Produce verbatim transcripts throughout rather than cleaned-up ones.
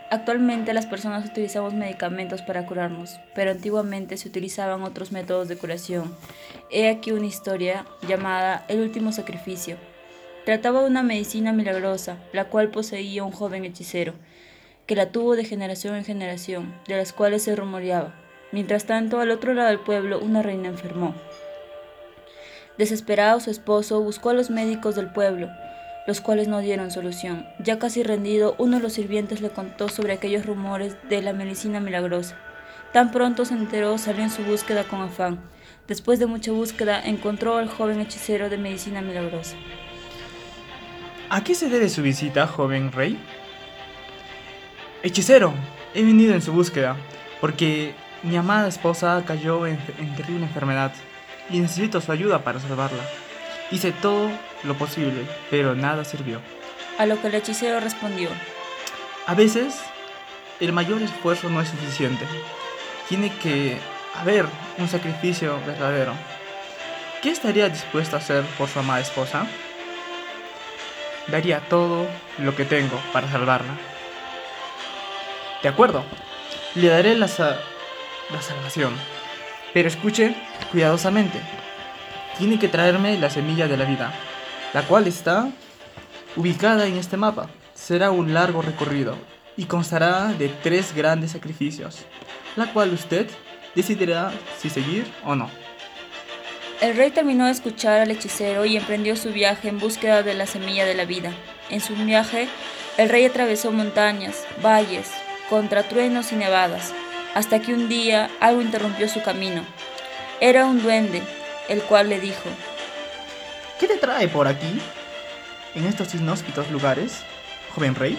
Actualmente las personas utilizamos medicamentos para curarnos, pero antiguamente se utilizaban otros métodos de curación. He aquí una historia llamada El último sacrificio. Trataba de una medicina milagrosa, la cual poseía un joven hechicero, que la tuvo de generación en generación, de las cuales se rumoreaba. Mientras tanto, al otro lado del pueblo, una reina enfermó. Desesperado, su esposo buscó a los médicos del pueblo, los cuales no dieron solución. Ya casi rendido, uno de los sirvientes le contó sobre aquellos rumores de la medicina milagrosa. Tan pronto se enteró, salió en su búsqueda con afán. Después de mucha búsqueda, encontró al joven hechicero de medicina milagrosa. ¿A qué se debe su visita, joven rey? Hechicero, he venido en su búsqueda, porque mi amada esposa cayó en, en terrible enfermedad y necesito su ayuda para salvarla. Hice todo lo posible, pero nada sirvió. A lo que el hechicero respondió: A veces, el mayor esfuerzo no es suficiente. Tiene que haber un sacrificio verdadero. ¿Qué estaría dispuesto a hacer por su amada esposa? Daría todo lo que tengo para salvarla. De acuerdo, le daré la, sa- la salvación. Pero escuche cuidadosamente. Tiene que traerme la semilla de la vida, la cual está ubicada en este mapa. Será un largo recorrido y constará de tres grandes sacrificios, la cual usted decidirá si seguir o no. El rey terminó de escuchar al hechicero y emprendió su viaje en búsqueda de la semilla de la vida. En su viaje, el rey atravesó montañas, valles, contra truenos y nevadas, hasta que un día algo interrumpió su camino. Era un duende, el cual le dijo: ¿Qué te trae por aquí, en estos inhóspitos lugares, joven rey?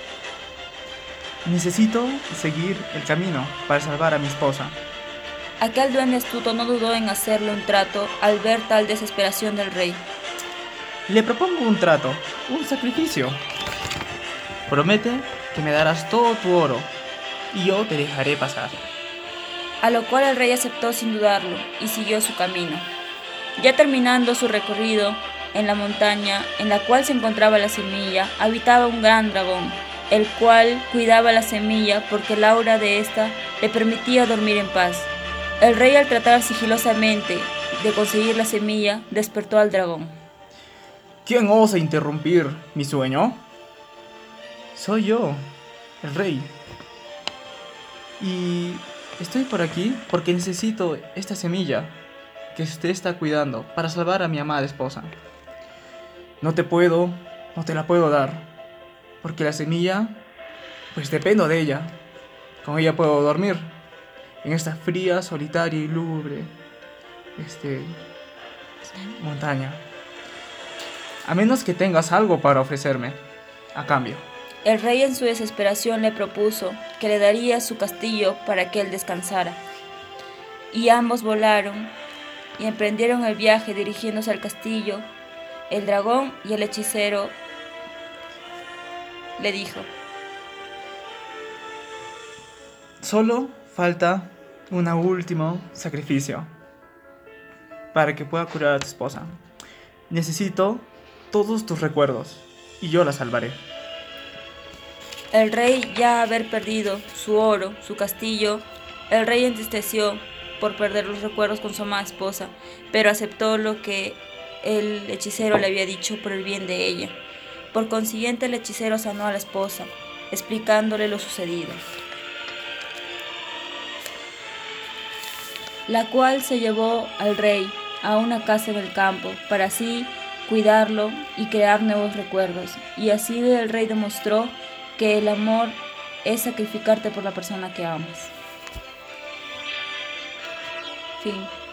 Necesito seguir el camino para salvar a mi esposa. Aquel duende astuto no dudó en hacerle un trato al ver tal desesperación del rey. Le propongo un trato, un sacrificio. Promete que me darás todo tu oro y yo te dejaré pasar. A lo cual el rey aceptó sin dudarlo y siguió su camino. Ya terminando su recorrido, en la montaña en la cual se encontraba la semilla, habitaba un gran dragón, el cual cuidaba la semilla porque el aura de ésta le permitía dormir en paz. El rey, al tratar sigilosamente de conseguir la semilla, despertó al dragón. ¿Quién osa interrumpir mi sueño? Soy yo, el rey. Y estoy por aquí porque necesito esta semilla que usted está cuidando para salvar a mi amada esposa. No te puedo, no te la puedo dar, porque la semilla, pues dependo de ella. Con ella puedo dormir en esta fría, solitaria y lúgubre este, montaña. A menos que tengas algo para ofrecerme a cambio. El rey, en su desesperación, le propuso que le daría su castillo para que él descansara. Y ambos volaron y emprendieron el viaje dirigiéndose al castillo. El dragón y el hechicero le dijo: Solo falta un último sacrificio para que pueda curar a tu esposa. Necesito todos tus recuerdos y yo la salvaré. El rey, ya haber perdido su oro, su castillo, el rey entristeció por perder los recuerdos con su amada esposa, pero aceptó lo que el hechicero le había dicho por el bien de ella. Por consiguiente, el hechicero sanó a la esposa, explicándole lo sucedido, la cual se llevó al rey a una casa en el campo para así cuidarlo y crear nuevos recuerdos. Y así el rey demostró que el amor es sacrificarte por la persona que amas. Fin.